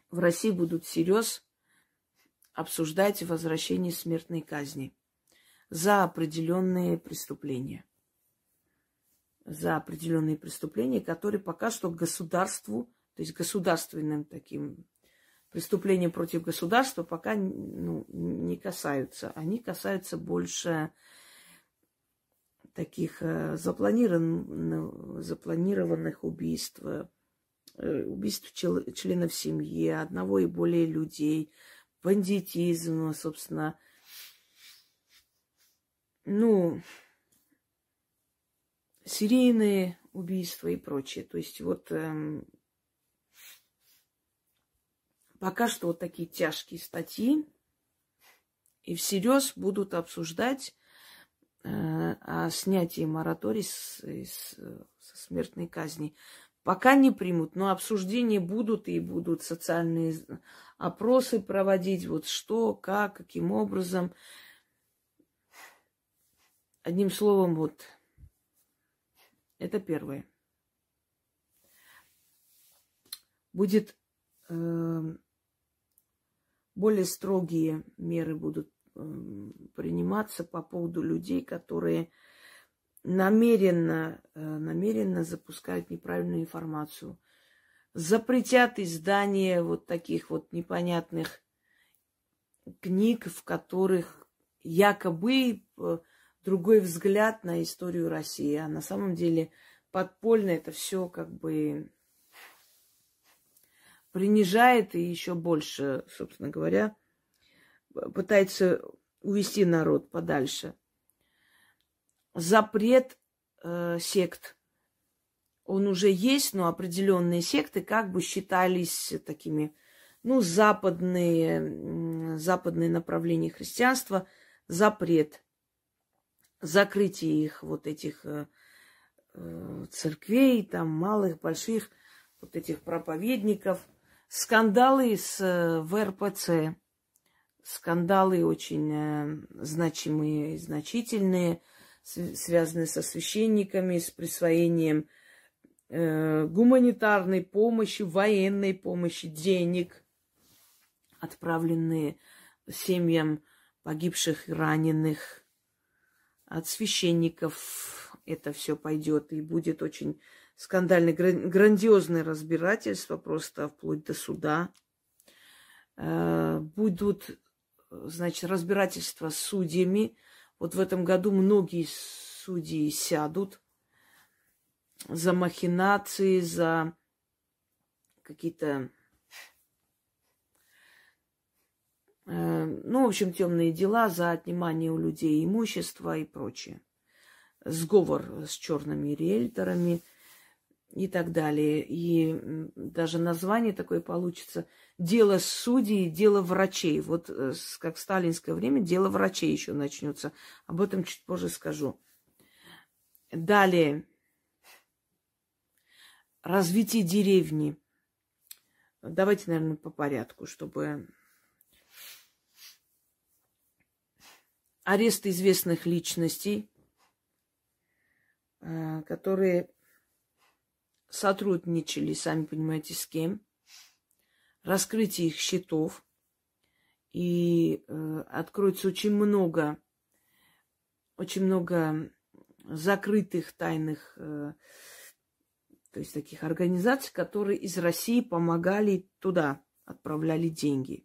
в России будут всерьез обсуждать возвращение смертной казни за определенные преступления. За определенные преступления, которые пока что государству, то есть государственным таким преступлениям против государства пока не касаются. Они касаются больше таких запланированных убийств, убийств членов семьи, одного и более людей, бандитизм, собственно, серийные убийства и прочее. То есть вот пока что вот такие тяжкие статьи и всерьез будут обсуждать о снятии моратория со смертной казни. Пока не примут, но обсуждения будут, и будут социальные опросы проводить, вот что, как, каким образом. Одним словом, вот это первое. Будет более строгие меры будут приниматься по поводу людей, которые намеренно запускают неправильную информацию. Запретят издание вот таких вот непонятных книг, в которых якобы другой взгляд на историю России. А на самом деле подпольно это все как бы принижает и еще больше, собственно говоря, пытается увести народ подальше. Запрет сект, он уже есть, но определенные секты как бы считались такими, западные направления христианства, запрет, закрытие их, вот этих церквей, там малых, больших, вот этих проповедников, скандалы в РПЦ, скандалы очень значимые и значительные, связанные со священниками, с присвоением гуманитарной помощи, военной помощи, денег, отправленные семьям погибших и раненых. От священников это все пойдет, и будет очень скандальное, грандиозное разбирательство, просто вплоть до суда. Будут, разбирательства с судьями. Вот в этом году многие судьи сядут за махинации, за какие-то, в общем, темные дела, за отнимание у людей имущества и прочее. Сговор с черными риэлторами и так далее. И даже название такое получится: дело судей, дело врачей. Вот как в сталинское время дело врачей еще начнется. Об этом чуть позже скажу. Далее. Развитие деревни. Давайте, наверное, по порядку, чтобы... Арест известных личностей, которые сотрудничали, сами понимаете, с кем. Раскрытие их счетов. И откроется очень много закрытых, тайных, то есть таких организаций, которые из России помогали туда, отправляли деньги.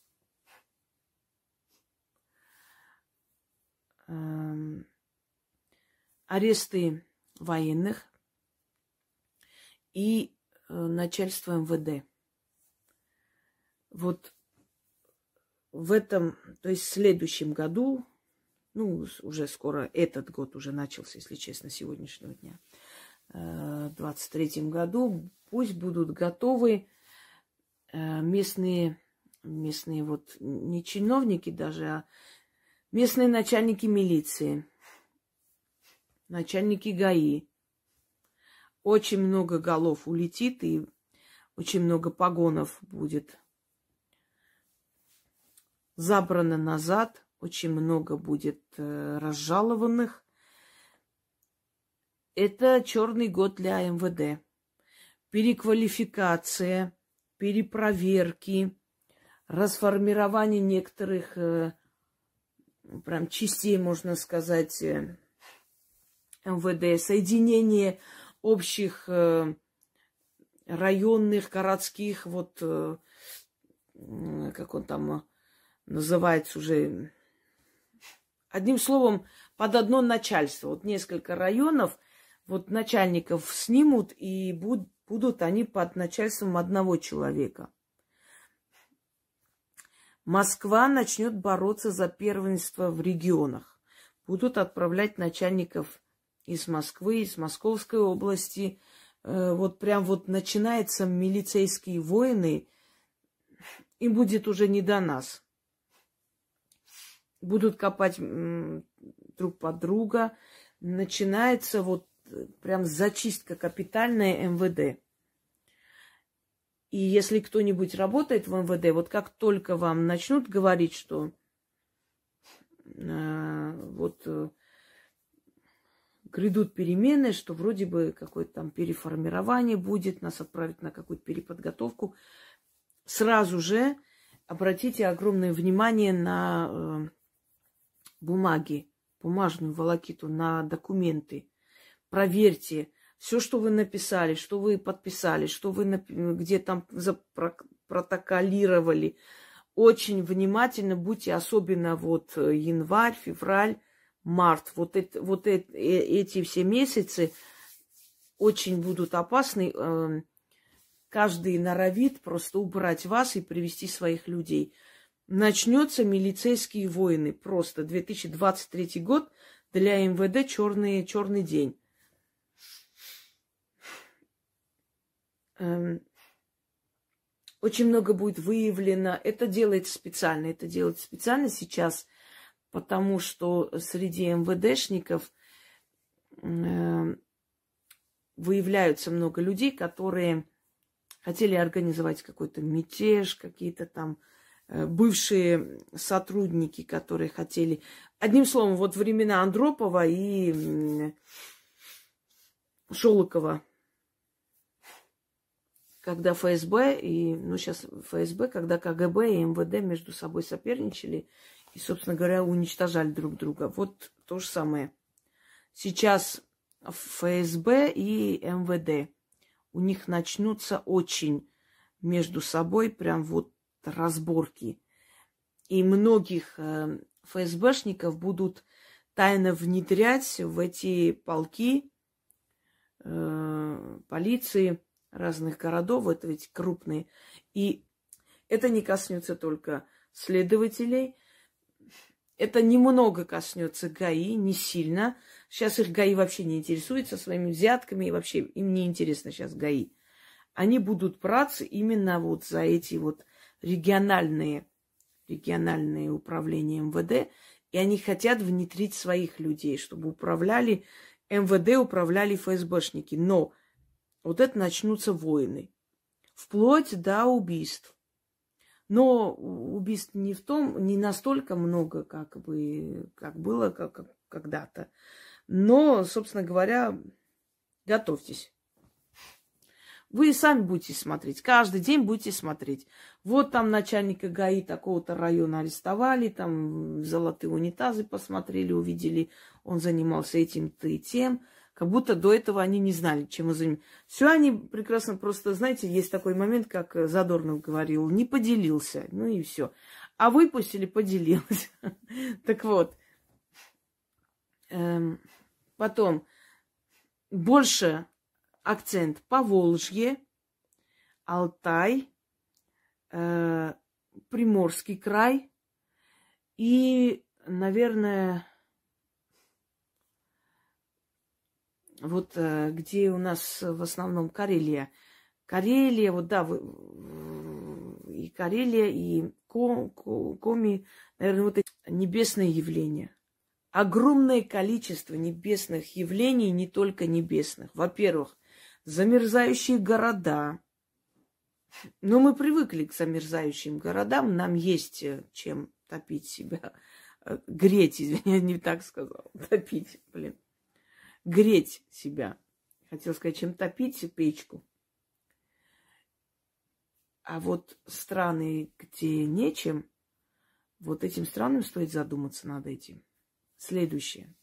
Аресты военных и начальство МВД. Вот в этом, то есть в следующем году, уже скоро, этот год уже начался, если честно, с сегодняшнего дня, в 23-м году, пусть будут готовы местные вот не чиновники даже, а местные начальники милиции, начальники ГАИ. Очень много голов улетит, и очень много погонов будет забрано назад, очень много будет разжалованных. Это черный год для МВД. Переквалификация перепроверки, расформирование некоторых прям частей, можно сказать, МВД, соединение общих районных, городских, вот, как он там называется уже, одним словом, под одно начальство. Вот несколько районов, вот начальников снимут, и будут они под начальством одного человека. Москва начнет бороться за первенство в регионах. Будут отправлять начальников из Москвы, из Московской области. Вот прям вот начинаются милицейские войны, и будет уже не до нас. Будут копать друг под друга. Начинается вот прям зачистка капитальная МВД. И если кто-нибудь работает в МВД, вот как только вам начнут говорить, что грядут перемены, что вроде бы какое-то там переформирование будет, нас отправят на какую-то переподготовку, сразу же обратите огромное внимание на бумаги, бумажную волокиту, на документы. Проверьте все, что вы написали, что вы подписали, что вы где там запротоколировали. Очень внимательно будьте, особенно вот январь, февраль, март. Эти все месяцы очень будут опасны. Каждый норовит просто убрать вас и привести своих людей. Начнется милицейские войны. Просто 2023 год для МВД черный день. Очень много будет выявлено. Это делается специально сейчас, потому что среди МВДшников выявляются много людей, которые хотели организовать какой-то мятеж, какие-то там бывшие сотрудники, которые хотели... Одним словом, вот времена Андропова и Шолокова, когда ФСБ сейчас ФСБ, когда КГБ и МВД между собой соперничали и, собственно говоря, уничтожали друг друга. Вот то же самое. Сейчас ФСБ и МВД, у них начнутся очень между собой прям вот разборки. И многих ФСБшников будут тайно внедрять в эти полки полиции разных городов, это ведь крупные. И это не коснется только следователей. Это немного коснется ГАИ, не сильно. Сейчас их ГАИ вообще не интересуется своими взятками. И вообще им не интересно сейчас ГАИ. Они будут браться именно вот за эти вот региональные управления МВД. И они хотят внедрить своих людей, чтобы управляли МВД, управляли ФСБшники. Но вот это начнутся войны. Вплоть до убийств. Но убийств не настолько много, как было когда-то. Но, собственно говоря, готовьтесь. Вы сами будете смотреть. Каждый день будете смотреть. Вот там начальника ГАИ такого-то района арестовали, там золотые унитазы посмотрели, увидели, он занимался этим-то и тем. Как будто до этого они не знали, чем он занимается. Все они прекрасно просто, знаете, есть такой момент, как Задорнов говорил, не поделился, ну и все. А выпустили, поделился. Так вот. Потом больше акцент Поволжье, Алтай, Приморский край и, наверное, вот где у нас в основном Карелия. Карелия, вот да, и Карелия, и Коми, наверное, вот эти небесные явления. Огромное количество небесных явлений, не только небесных. Во-первых, замерзающие города. Но мы привыкли к замерзающим городам, нам есть чем топить себя. Греть, извините, я не так сказала. Топить, блин. Греть себя. Хотела сказать, чем топить печку. А вот страны, где нечем, вот этим странам стоит задуматься над этим. Следующее.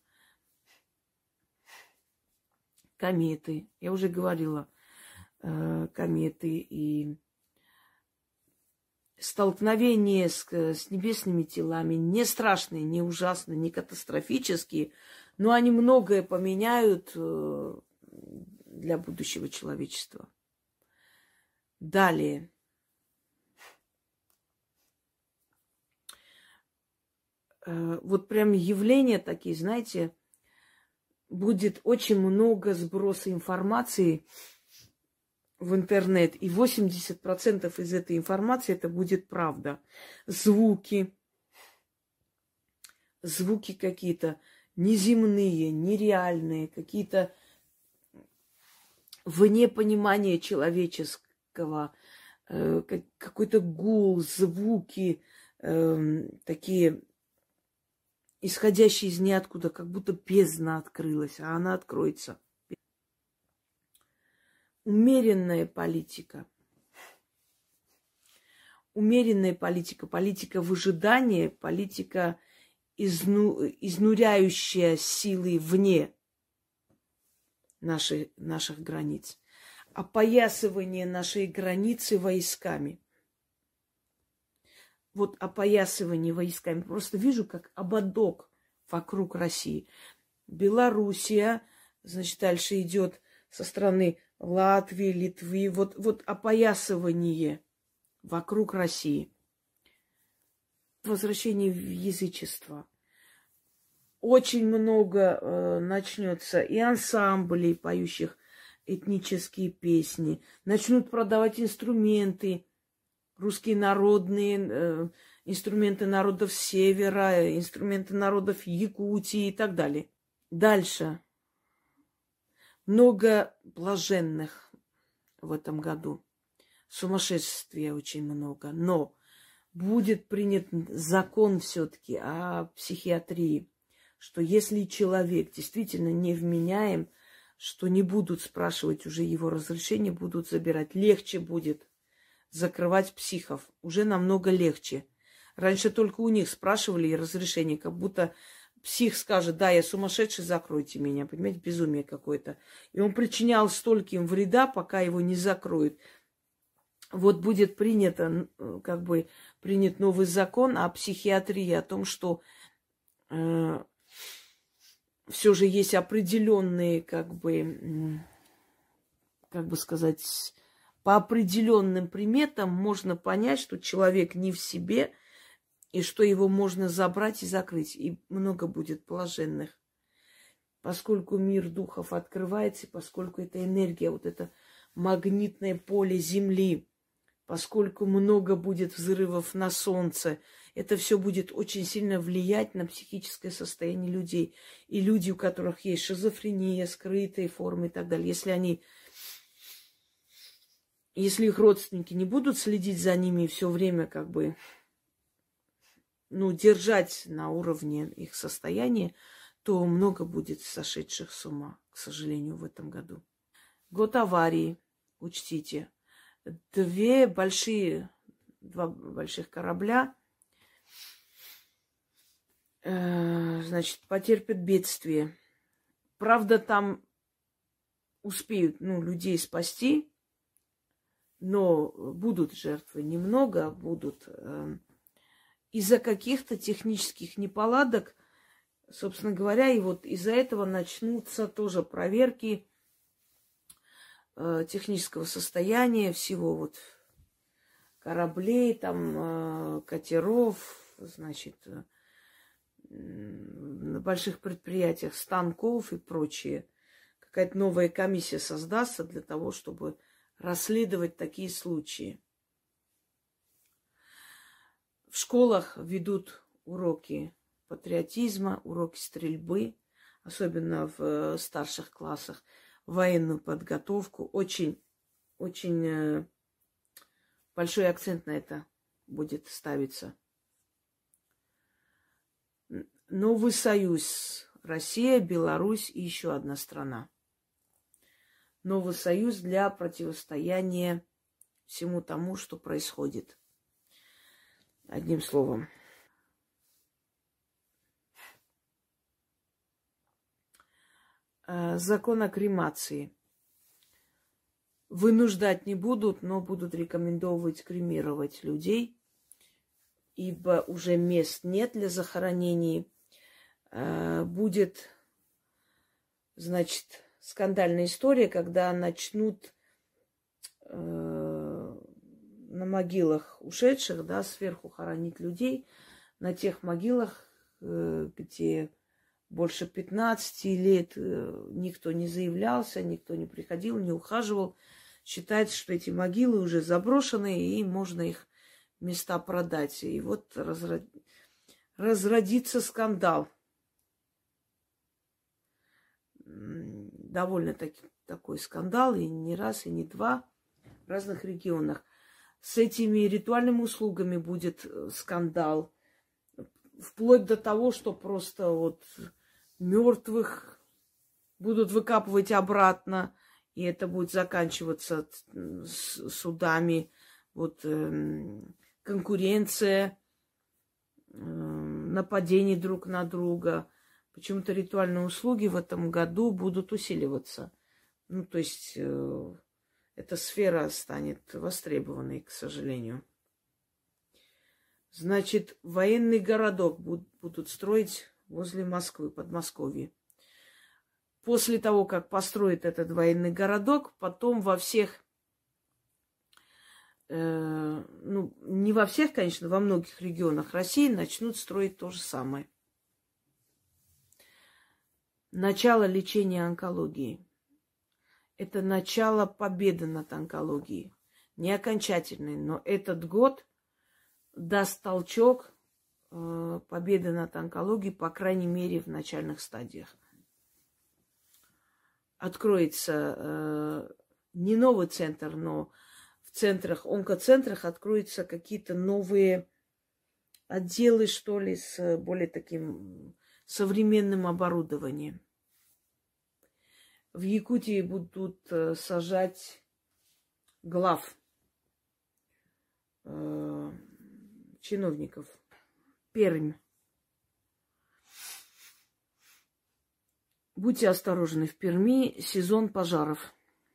Кометы. Я уже говорила, кометы и столкновения с небесными телами не страшные, не ужасные, не катастрофические, но они многое поменяют для будущего человечества. Далее. Вот прям явления такие, знаете, будет очень много сброса информации в интернет, и 80% из этой информации это будет правда. Звуки какие-то неземные, нереальные, какие-то вне понимания человеческого, какой-то гул, звуки такие, исходящие из ниоткуда, как будто бездна открылась, а она откроется. Умеренная политика. Умеренная политика, политика выжидания, политика, изнуряющая силы вне наших границ. Опоясывание нашей границы войсками. Вот опоясывание войсками. Просто вижу, как ободок вокруг России. Белоруссия, значит, дальше идет со стороны Латвии, Литвы. Вот опоясывание вокруг России. Возвращение в язычество. Очень много начнется и ансамблей, поющих этнические песни. Начнут продавать инструменты. Русские народные, инструменты народов Севера, инструменты народов Якутии и так далее. Дальше. Много блаженных в этом году. Сумасшествия очень много. Но будет принят закон все-таки о психиатрии, что если человек действительно невменяем, что не будут спрашивать уже его разрешения, будут забирать. Легче будет закрывать психов. Уже намного легче. Раньше только у них спрашивали разрешение, как будто псих скажет: да, я сумасшедший, закройте меня. Понимаете, безумие какое-то. И он причинял стольким вреда, пока его не закроют. Вот будет принят новый закон о психиатрии, о том, что все же есть определенные, по определенным приметам можно понять, что человек не в себе, и что его можно забрать и закрыть. И много будет блаженных. Поскольку мир духов открывается, поскольку это энергия, вот это магнитное поле Земли, поскольку много будет взрывов на Солнце, это все будет очень сильно влиять на психическое состояние людей. И люди, у которых есть шизофрения, скрытые формы и так далее, если их родственники не будут следить за ними и все время держать на уровне их состояния, то много будет сошедших с ума, к сожалению, в этом году. Год аварии, учтите. Два больших корабля, потерпят бедствие. Правда, там успеют, людей спасти, но будут жертвы немного, будут. Из-за каких-то технических неполадок, собственно говоря, и вот из-за этого начнутся тоже проверки технического состояния всего кораблей, катеров, на больших предприятиях, станков и прочее. Какая-то новая комиссия создастся для того, чтобы расследовать такие случаи. В школах ведут уроки патриотизма, уроки стрельбы, особенно в старших классах, военную подготовку. Очень, очень большой акцент на это будет ставиться. Новый союз. Россия, Беларусь и еще одна страна. Новый союз для противостояния всему тому, что происходит. Одним словом. Закон о кремации. Вынуждать не будут, но будут рекомендовать кремировать людей, ибо уже мест нет для захоронений. Будет, значит, скандальная история, когда начнут на могилах ушедших, да, сверху хоронить людей, на тех могилах, где больше 15 лет никто не заявлялся, никто не приходил, не ухаживал. Считается, что эти могилы уже заброшены, и можно их места продать. И вот разродится скандал. Довольно такой скандал, и не раз, и не два в разных регионах. С этими ритуальными услугами будет скандал. Вплоть до того, что просто вот мертвых будут выкапывать обратно, и это будет заканчиваться судами. Вот конкуренция, нападение друг на друга. Почему-то ритуальные услуги в этом году будут усиливаться. Ну, то есть эта сфера станет востребованной, к сожалению. Значит, военный городок будут строить возле Москвы, Подмосковья. После того, как построят этот военный городок, потом во всех, ну, не во всех, конечно, во многих регионах России начнут строить то же самое. Начало лечения онкологии. Это начало победы над онкологией. Не окончательный, но этот год даст толчок победы над онкологией, по крайней мере, в начальных стадиях. Откроется не новый центр, но в центрах, онкоцентрах откроются какие-то новые отделы, что ли, с более таким современным оборудованием. В Якутии будут сажать глав, чиновников. Пермь. Будьте осторожны, в Перми сезон пожаров.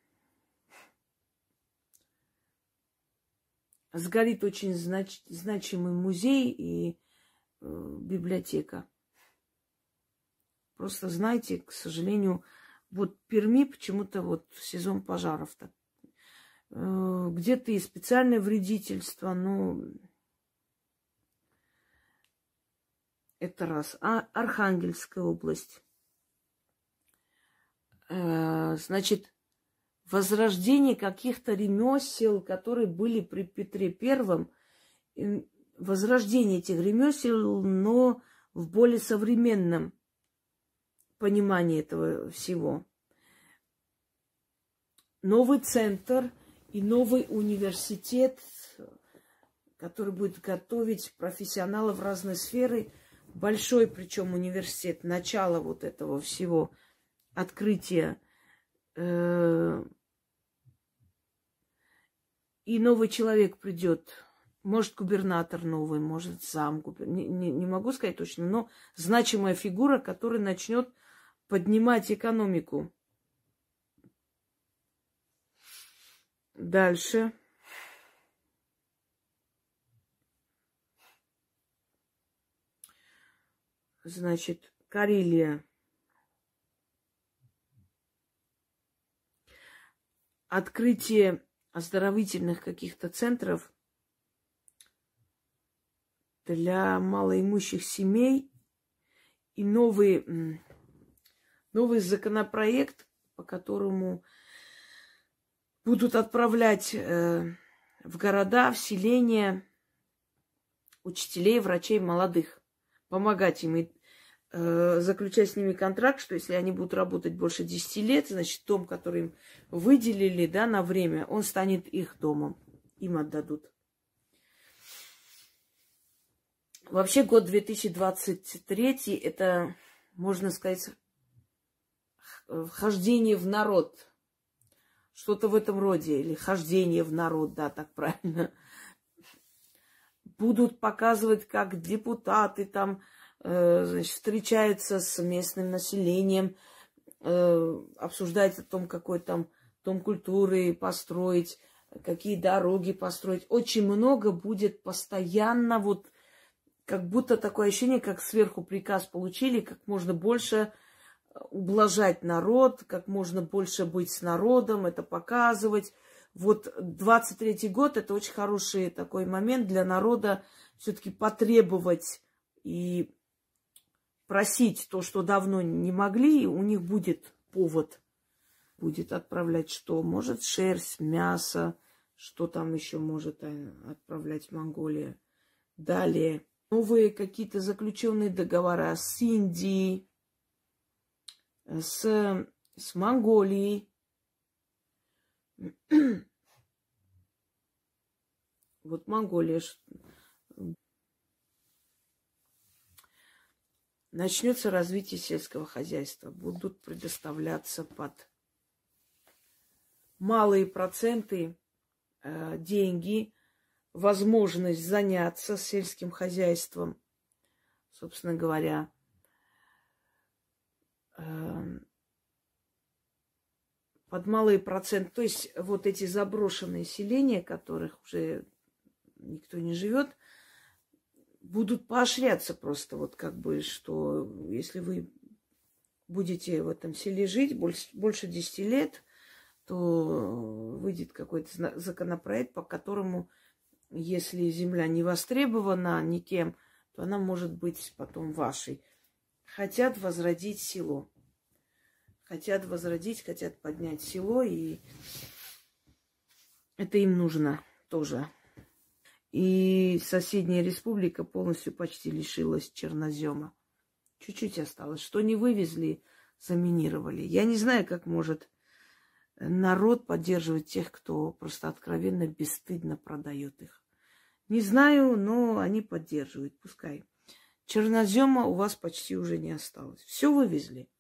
Сгорит очень значимый музей и библиотека. Просто знайте, к сожалению, вот в Перми почему-то вот сезон пожаров-то. Где-то и специальное вредительство, но это раз. А Архангельская область. Значит, возрождение каких-то ремесел, которые были при Петре Первом, возрождение этих ремесел, но в более современном понимании этого всего. Новый центр и новый университет, который будет готовить профессионалов в разные сферы. Большой, причем, университет, начало вот этого всего открытия. И новый человек придет. Может, губернатор новый, может, зам губернатора. Не могу сказать точно, но значимая фигура, которая начнет поднимать экономику. Дальше. Значит, Карелия. Открытие оздоровительных каких-то центров для малоимущих семей и новый законопроект, по которому будут отправлять в города, в селения учителей, врачей молодых, помогать им и заключать с ними контракт, что если они будут работать больше 10 лет, значит, дом, который им выделили, да, на время, он станет их домом, им отдадут. Вообще год 2023 это, можно сказать, вхождение в народ. что-то в этом роде, или хождение в народ, да, так правильно. Будут показывать, как депутаты там, значит, встречаются с местным населением, обсуждать о том, какой там дом культуры построить, какие дороги построить. Очень много будет постоянно, вот как будто такое ощущение, как сверху приказ получили, как можно больше ублажать народ, как можно больше быть с народом, это показывать. Вот 23-й год – это очень хороший такой момент для народа все-таки потребовать и просить то, что давно не могли, у них будет повод. Будет отправлять что? Может, шерсть, мясо, что там еще может отправлять Монголия. Далее. Новые какие-то заключенные договора с Индией, с Монголией. Вот Монголия. Начнется развитие сельского хозяйства. Будут предоставляться под малые проценты деньги, возможность заняться сельским хозяйством, собственно говоря. Под малые проценты, то есть вот эти заброшенные селения, которых уже никто не живет, будут поощряться просто вот как бы, что если вы будете в этом селе жить больше 10 лет, то выйдет какой-то законопроект, по которому, если земля не востребована никем, то она может быть потом вашей. Хотят возродить село. Хотят возродить, хотят поднять село, и это им нужно тоже. И соседняя республика полностью почти лишилась чернозема. Чуть-чуть осталось. Что не вывезли, заминировали. Я не знаю, как может народ поддерживать тех, кто просто откровенно, бесстыдно продает их. Не знаю, но они поддерживают. Пускай. Чернозема у вас почти уже не осталось. Все вывезли.